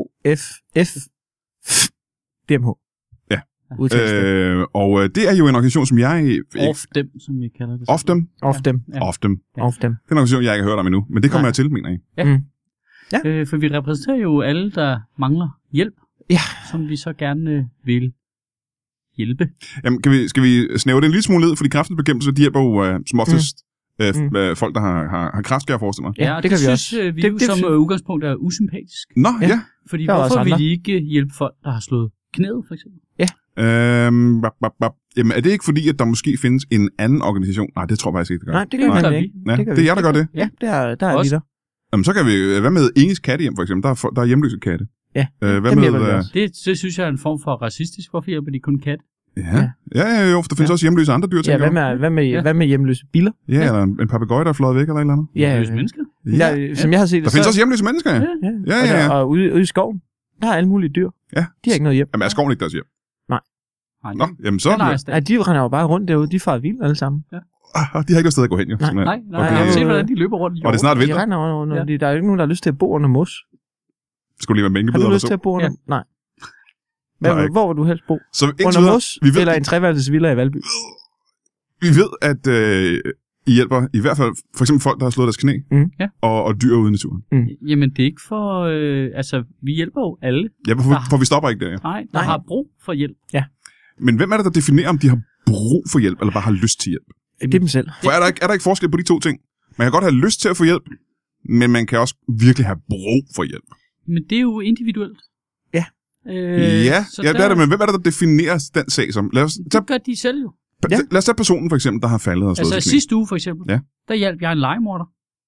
DMH. Ja. Og det er jo en organisation, som jeg... Off dem, som vi kalder det. Off dem? Off dem. Ja. Off dem. Ja. Off dem. Det er en organisation, jeg ikke har hørt om endnu, men det kommer jeg til, mener jeg. Ja. Ja. For vi repræsenterer jo alle, der mangler hjælp. Ja. Som vi så gerne vil hjælpe. Jamen, skal vi snæve det en lille smule ned, fordi Kræftens Bekæmpelse, de hjælper jo som oftest folk, der har kræft, skal jeg forestille mig. Ja, det kan vi også. Vi jo som udgangspunkt er usympatisk. Nå, ja. Fordi hvorfor vil de ikke hjælpe folk, der har slået knæet, for eksempel? Ja. Jamen, er det ikke fordi, at der måske findes en anden organisation? Nej, det tror jeg faktisk ikke, det gør. Nej, det gør vi ikke. Ja, det er jer, der gør det? Ja, der er vi der. Jamen, så kan vi... Hvad med Inges Kattehjem, for eksempel? Der er hjemløse katte. Ja, hvad med... Det synes jeg er en form for racistisk. Hvorfor hjælper de kun katte? Ja, jo, for der findes også hjemløse andre dyr, tænker jeg. Hvad med hjemløse biller? Ja, eller en papegøje, der er fløjet væk, eller et eller andet. Hjemløse mennesker? Ja, som jeg har set det. Der findes også hjemløse mennesker, ja. Og ude i skoven, der er alle mulige dyr. Ja. De har ikke noget hjem. Jamen, er skoven ikke deres hjem? Nej. Nå, jamen så... Ja, de render jo bare rundt derude. De farer vildt alle sammen. Ja. De har ikke noget sted at gå hen, jo. Nej. Jeg har set, hvordan de løber rundt i jorden. Og det er snart vinter. De render under. Der er jo ikke nogen, der har lyst til at bo under mos. Skulle lige være mængdebidder eller så? Har du lyst til at bo under? Nej. Hvor vil du helst bo? Så under mos eller en treværelsesvilla i Valby? Vi ved, at I hjælper i hvert fald for eksempel folk, der har slået deres knæ og dyr ude i naturen. Jamen, det er ikke for... vi hjælper jo alle. Ja, for vi stopper ikke der. Nej, der har brug for hjælp. Ja. Men hvem er det, der definerer, om de har brug for hjælp, eller bare har lyst til hjælp? Det er dem selv. For er der ikke forskel på de to ting? Man kan godt have lyst til at få hjælp, men man kan også virkelig have brug for hjælp. Men det er jo individuelt. Ja. Ja, det er det, men hvem er det, der definerer den sag som? Det gør de selv jo. Lad os tage personen for eksempel, der har faldet og slået Altså sig knæ. sidste uge for eksempel, der hjalp jeg en legemorder.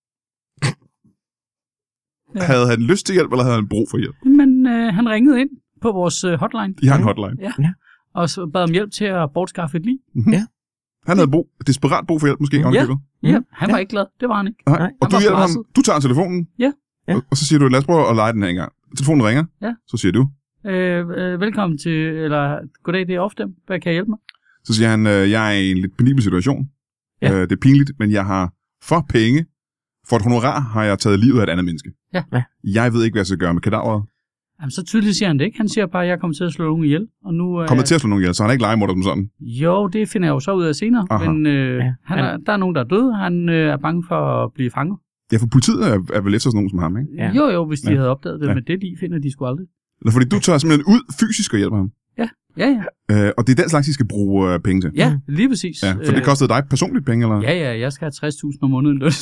Ja. Havde han lyst til hjælp, eller havde han brug for hjælp? Men han ringede ind på vores hotline. I har en hotline? Ja. Og så bad om hjælp til at bortskaffe et lig. Mm-hmm. Ja. Han havde desperat brug for hjælp, måske? Ja, han var ikke glad. Det var han ikke. Nej. Og du hjælper ham. Du tager telefonen? Ja. Og så siger du, lad os prøve at lege den her engang. Telefonen ringer. Ja. Så siger du? Velkommen til, eller goddag, det er ofte. Hvad kan jeg hjælpe mig? Så siger han, jeg er i en lidt penibel situation. Ja. Det er pinligt, men jeg har for penge. For et honorar har jeg taget livet af et andet menneske. Ja. Jeg ved ikke, hvad jeg skal gøre med kadaveret. Jamen, så tydeligt siger han det ikke. Han siger bare, at jeg kommer til at slå nogen ihjel. Og nu, kommer til at slå nogen ihjel, så han er ikke legemorder som sådan? Jo, det finder jeg jo så ud af senere. Aha. Men der er nogen, der er døde. Han er bange for at blive fanget. Ja, for politiet er vel efter sådan nogen som ham, ikke? Ja. Jo, hvis de havde opdaget det, men det lige finder de sgu aldrig. Eller fordi du tager simpelthen ud fysisk og hjælper ham? Ja. Og det er den slags, I skal bruge penge til? Ja, lige præcis. Ja, for det kostede dig personligt penge, eller? Ja, jeg skal have 60.000 om måneden løn.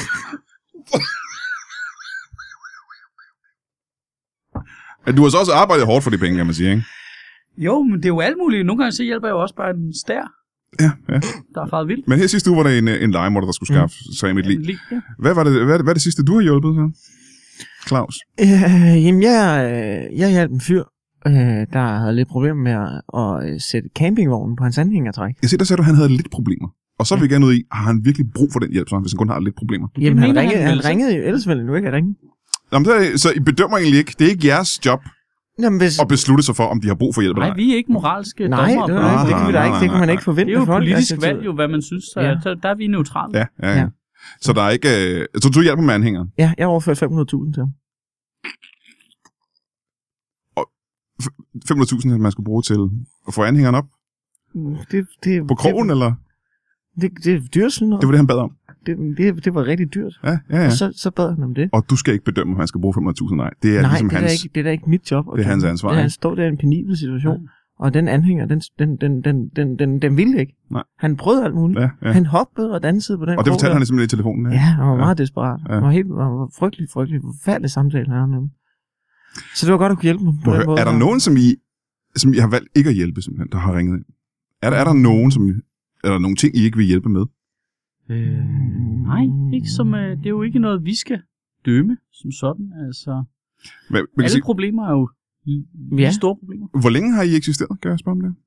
Du har så også arbejdet hårdt for de penge, kan man sige, ikke? Jo, men det er jo alt muligt. Nogle gange så hjælper jeg jo også bare en stær. Ja. Der er faret vildt. Men her sidste uge var der en legemorder, der skulle skaffe sig mit liv. Ja. Hvad er det sidste, du har hjulpet så? Claus? Jamen, jeg hjalp en fyr, der havde lidt problemer med at sætte campingvognen på hans anhængertræk. Jeg ser, der sagde du, at han havde lidt problemer. Og så vil jeg gerne ud i, har han virkelig brug for den hjælp, hvis han kun har lidt problemer? Jamen, han ringede jo, ellers ville han jo ikke have ringet. Jamen, så I bedømmer egentlig ikke. Det er ikke jeres job at beslutte sig for, om de har brug for hjælp eller ej. Nej, vi er ikke moralske dommere. Nej, det kan vi da ikke. Det kan man ikke forvente. Det er jo politisk valg, jo, hvad man synes. Så der er vi neutrale. Ja. Så der er ikke... Så du hjælper med anhængeren? Ja, jeg overførte 500.000 til ham. 500.000, man skulle bruge til at få anhængeren op? På krogen, eller? Det er dyrt sådan noget. Det var det, han bad om? Det var rigtig dyrt. Ja. Og så bad han om det. Og du skal ikke bedømme, om han skal bruge 500.000, nej. Det er ligesom hans... det er da ikke mit job. Det er hans ansvar, ikke? Han står der i en penibel situation, og den anhænger, den ville ikke. Nej. Han prøvede alt muligt. Ja. Han hoppede og dansede på den. Og det fortalte han simpelthen i telefonen? Ja, han var meget desperat. Ja. Han var frygtelig, forfærdelig samtale her med. Så det var godt at kunne hjælpe mig på den måde. Er der nogen, som I har valgt ikke at hjælpe, simpelthen, der har ringet ind? Er der nogen, er der nogle ting, I ikke vil hjælpe med? Nej, ikke som, det er jo ikke noget, vi skal dømme som sådan. Altså, alle problemer er jo store problemer. Hvor længe har I eksisteret, kan jeg spørge om det?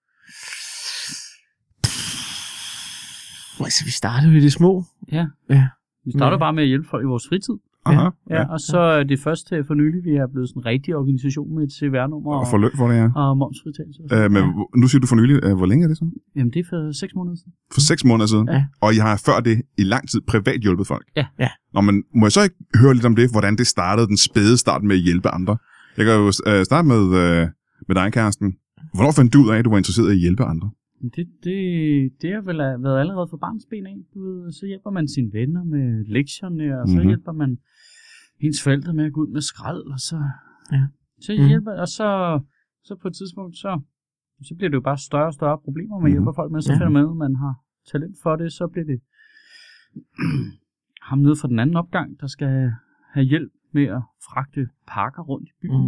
Altså, vi startede jo i det små. Ja. Vi startede bare med at hjælpe folk i vores fritid. Aha, ja. Og så er det først for nylig, vi er blevet sådan en rigtig organisation med et CVR-nummer og for løn for det, og momsfritagelse. Men nu siger du for nylig, hvor længe er det så? Jamen, det er for 6 måneder siden. For 6 måneder siden? Ja. Og I har før det i lang tid privat hjulpet folk? Ja. Nå, men må jeg så ikke høre lidt om det, hvordan det startede, den spæde start med at hjælpe andre? Jeg kan jo starte med dig, Karsten. Hvornår fandt du ud af, at du var interesseret i at hjælpe andre? Det har vel været allerede for barnsben af. Så hjælper man sine venner med lektierne, og så hjælper man ens forældre med at gå ud med skrald, og så hjælper, og så på et tidspunkt, så bliver det jo bare større og større problemer, man hjælper folk med, så finder man ud, man har talent for det, så bliver det ham nede fra den anden opgang, der skal have hjælp med at fragte pakker rundt i byen,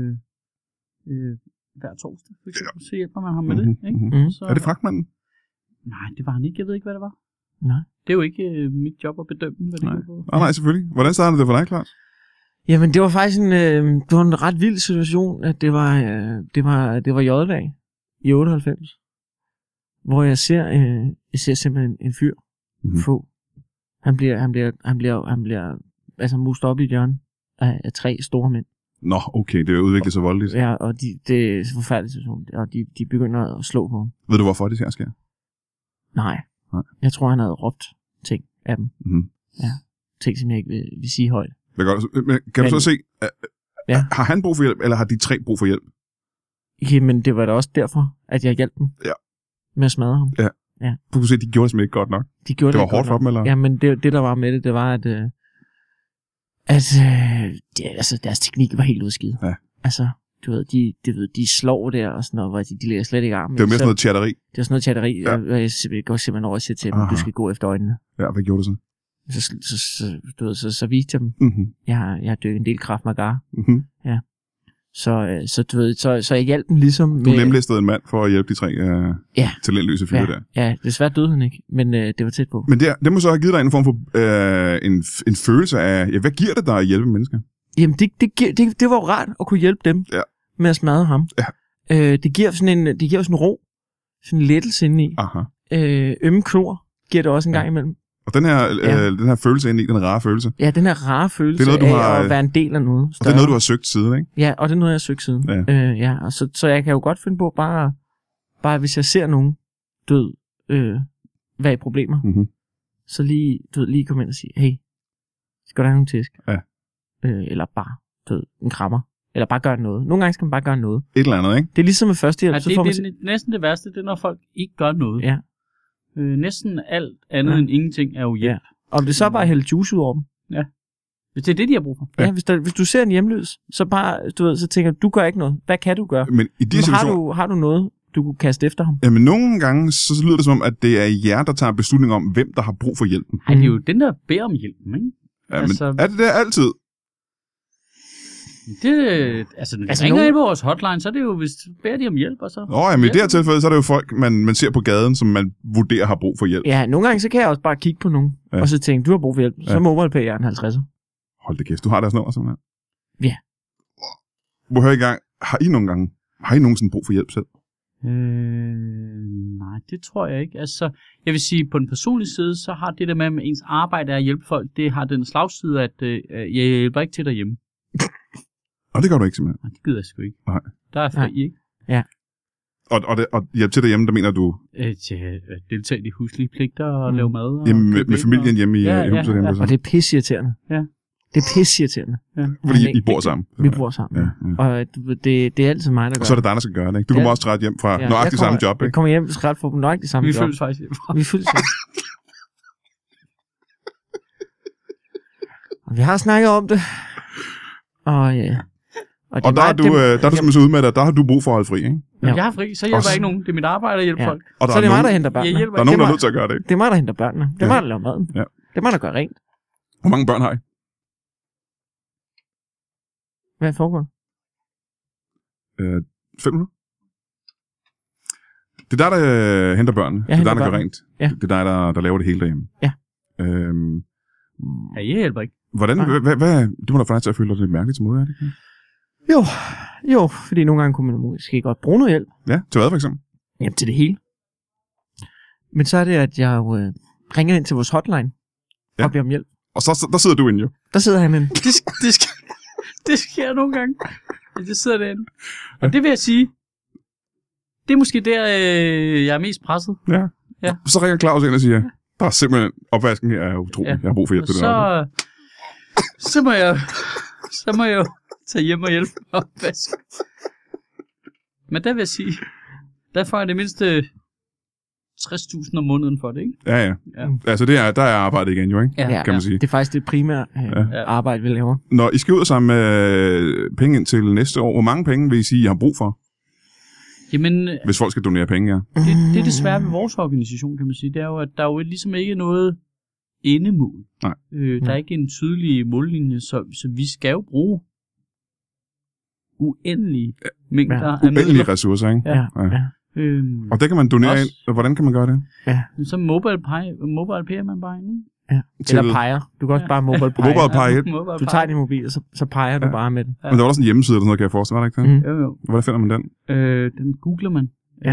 hver torsdag, for eksempel, så hjælper man ham med det, ikke? Så, er det fragtmanden? Nej, det var han ikke, jeg ved ikke, hvad det var. Nej. Det er jo ikke mit job at bedømme, hvad det er på. Nej, selvfølgelig. Hvordan startede det for dig, Claus? Jamen, det var faktisk en ret vild situation, at det var J-dag i 98, hvor jeg ser simpelthen en fyr få. Han bliver altså muset op i et hjørne af 3 store mænd. Nå, okay, det er udviklet så voldeligt. Ja, og det er en forfærdelig situation, og de begynder at slå på ham. Ved du, hvorfor det her sker? Nej. Jeg tror, han havde råbt ting af dem. Ja, ting, som jeg ikke vil sige højt. Kan du så se, har han brug for hjælp, eller har de 3 brug for hjælp? Jamen, det var da også derfor, at jeg hjalp dem med at smadre ham. Ja. Du kunne se, at de gjorde det simpelthen ikke godt nok. Det var hårdt for dem, eller? Ja, men det der var med det var, at deres teknik var helt udskidt. Ja. Altså, du ved, de slår der og sådan noget, hvor de lægger slet ikke armen. Det var mere sådan noget chatteri. Det var sådan noget chatteri, Ja. og jeg går simpelthen over og siger til dem, du skal gå efter øjnene. Ja, hvad gjorde du så? Så viste jeg dem. Mm-hmm. Jeg har dykket en del Krav Maga. Mm-hmm. Så du ved, så jeg hjalp dem ligesom Du lemlæstede en mand for at hjælpe de 3 talentløse fyre der. Ja, desværre døde han ikke, men det var tæt på. Men det må så have givet dig en form for en følelse af, hvad giver det dig at hjælpe mennesker? Jamen, det var jo rart at kunne hjælpe dem med at smadre ham. Ja. Det giver sådan en ro, sådan en lettelse indeni. Aha. Ømme klor giver det også en gang imellem. Og den her følelse indeni, den rare følelse, Ja, den her rare følelse det er noget, af at være en del af noget og det er noget, du har søgt siden, ikke? Ja, og det er noget, jeg har søgt siden. Ja. Og så jeg kan jo godt finde på, bare hvis jeg ser nogen død, hvad er problemer, Mm-hmm. så lige komme ind og sige, hey, skal du have nogle tæsk? Ja. Eller bare en krammer. Eller bare gøre noget. Nogle gange skal man bare gøre noget. Et eller andet, ikke? Det er ligesom med førstehjælp. Ja, så får man det er næsten det værste, det er, når folk ikke gør noget. Ja. Næsten alt andet end ingenting er jo hjælp. Ja. Om det så bare hælde juice ud over dem. Hvis det er det, de har brug for. Ja, hvis du ser en hjemløs, så bare, så tænker du gør ikke noget. Hvad kan du gøre? Men i de situationer... Har du noget, du kunne kaste efter ham? Jamen, nogle gange, så lyder det som om, at det er jer, der tager beslutning om, hvem der har brug for hjælpen. Ej, det er jo den, der beder om hjælpen, ikke? Ja, men er det der altid? Når de ringer ind på vores hotline, så er det jo, hvis beder de om hjælp, og så... Men i det her tilfælde, så er det jo folk, man ser på gaden, som man vurderer har brug for hjælp. Ja, nogle gange, så kan jeg også bare kigge på nogen, og så tænke, du har brug for hjælp. Så MobilePay er en 50'er. Hold det kæft, du har deres nummer simpelthen. Ja. Må høre i gang, har I nogensinde brug for hjælp selv? Nej, det tror jeg ikke. Altså, jeg vil sige, på den personlige side, så har det der med ens arbejde er at hjælpe folk, det har den slagside, at jeg hjælper ikke til derhjemme. Og det gør du ikke simpelthen? Nej, det gider jeg sgu ikke. Nej. Der er fri, ikke? Ja. Og hjælp til derhjemme, der mener du? Deltage i de huslige pligter og lave mad. Hjemme med familien hjemme i huset. Ja. Og det er pisseirriterende. Ja. Det er pisseirriterende. Ja. Fordi I bor sammen. Vi bor sammen. Ja. Og det er altid mig, der gør det. Og så er det dig, der skal gøre det, ikke? Du kommer også ret hjem fra nøjagtigt samme job, ikke? Jeg kommer hjem ret fra nøjagtigt samme job. Vi følges faktisk hjemmefra. Vi følges Og vi har snakket om det. Og der er du simpelthen så udmattet, der har du brug for at holde fri, ikke? Ja. Jeg har fri, så hjælper jeg ikke nogen. Det er mit arbejde at hjælpe folk. Og så er det mig, der henter børnene. Der er nogen, der er nødt til at gøre det, ikke? Det er mig, der henter børnene. Det er mig, der laver maden. Ja. Det er mig, der gør rent. Hvor mange børn har I? Hvad foregår? 5 minutter. Det er dig, der henter børnene. Det er dig, der gør rent. Ja. Det er dig, der laver det hele derhjemme. Ja. Ja, jeg hjælper ikke. Hvordan? Det må da få dig til at føle dig lidt mærkeligt til måde, er det ikke? Jo, fordi nogle gange kunne man måske godt bruge noget hjælp. Ja, til hvad for eksempel? Jamen, til det hele. Men så er det, at jeg ringer ind til vores hotline og beder om hjælp. Og så der sidder du inde jo. Der sidder han inde. Det sker nogle gange. Det sidder derinde. Og det vil jeg sige, det er måske der, jeg er mest presset. Ja. Så ringer Claus ind og siger, der er simpelthen, opvasken her er utrolig. Jeg har brug for hjælp til det. Så må jeg jo tage hjem og hjælpe med opvasken. Men der vil jeg sige, der får jeg det mindste 60.000 om måneden for det, ikke? Ja. Altså, der er arbejde igen jo, ikke? Ja, kan man sige. Det er faktisk det primære arbejde, vi laver. Når I skal ud og samle penge ind til næste år, hvor mange penge vil I sige, I har brug for? Jamen, hvis folk skal donere penge, ja. Det er det svære ved vores organisation, kan man sige. Det er jo, at der er jo ligesom ikke noget endemål. Nej. Der er ikke en tydelig mållinje, så vi skal jo bruge uendelige mængder af midler. Uendelige ressourcer, ikke? Ja. Og det kan man donere ind. Hvordan kan man gøre det? Ja. Så MobilePay man bare ind, ikke? Ja. Eller peger. Du kan også bare MobilePay. Du tager din mobil, og så peger du bare med den. Men der var også en hjemmeside, eller noget, kan jeg forestille mig, ikke det? Jo. Hvordan finder man den? Den googler man.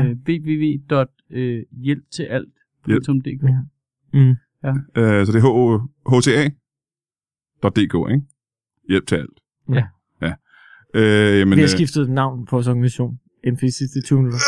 www.hjælptilalt.dk. Så det er hta.dk, ikke? Hjælp til alt. Ja. Jamen, vi har skiftet navn på vores organisation inden for de sidste 20 minutter.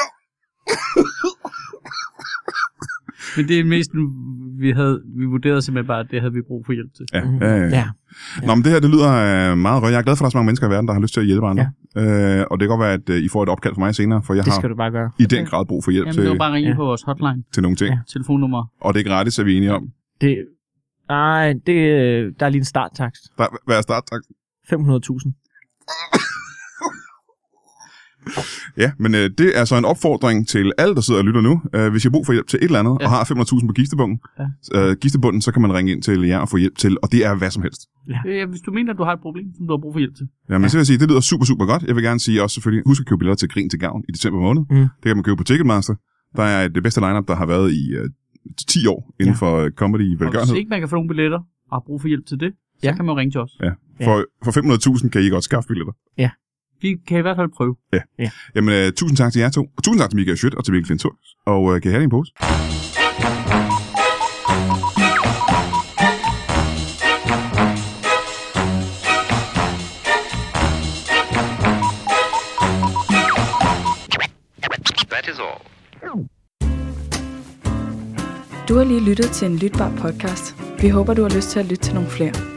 Men det er mest, vi vurderede simpelthen bare, at det havde vi brug for hjælp til. Ja. Nå, men det her, det lyder meget rødt. Jeg er glad for, at der er så mange mennesker i verden, der har lyst til at hjælpe andre. Ja. Og det kan godt være, at I får et opkald fra mig senere, for jeg har du bare gøre. I den grad brug for hjælp til... Jamen, det var bare ringe på vores hotline. Til nogle ting. Ja. Telefonnummer. Og det er gratis, er vi enige om. Nej, der er lige en starttakst. Hvad er starttaksten? 500.000. Ja, men det er så en opfordring til alle, der sidder og lytter nu. Hvis I har brug for hjælp til et eller andet, og har 500.000 på gistebunden, så kan man ringe ind til jer og få hjælp til, og det er hvad som helst. Ja. Hvis du mener, at du har et problem, som du har brug for hjælp til. Ja, men så vil jeg sige, det lyder super, super godt. Jeg vil gerne sige også selvfølgelig, husk at købe billetter til Grin til Gavn i december måned. Det kan man købe på Ticketmaster. Der er det bedste lineup, der har været i 10 år inden for comedy velgørenhed. Og hvis ikke man kan få nogle billetter og har brug for hjælp til det, så kan man jo ringe til os. Ja. For 500.000 kan I godt skaffe billetter. Ja. Vi kan i hvert fald prøve. Ja. Jamen, tusind tak til jer to. Og tusind tak til Michael Schødt og til Mikkel Flintur. Og kan I have det i en pose? That is all. Du har lige lyttet til en lytbar podcast. Vi håber, du har lyst til at lytte til nogle flere.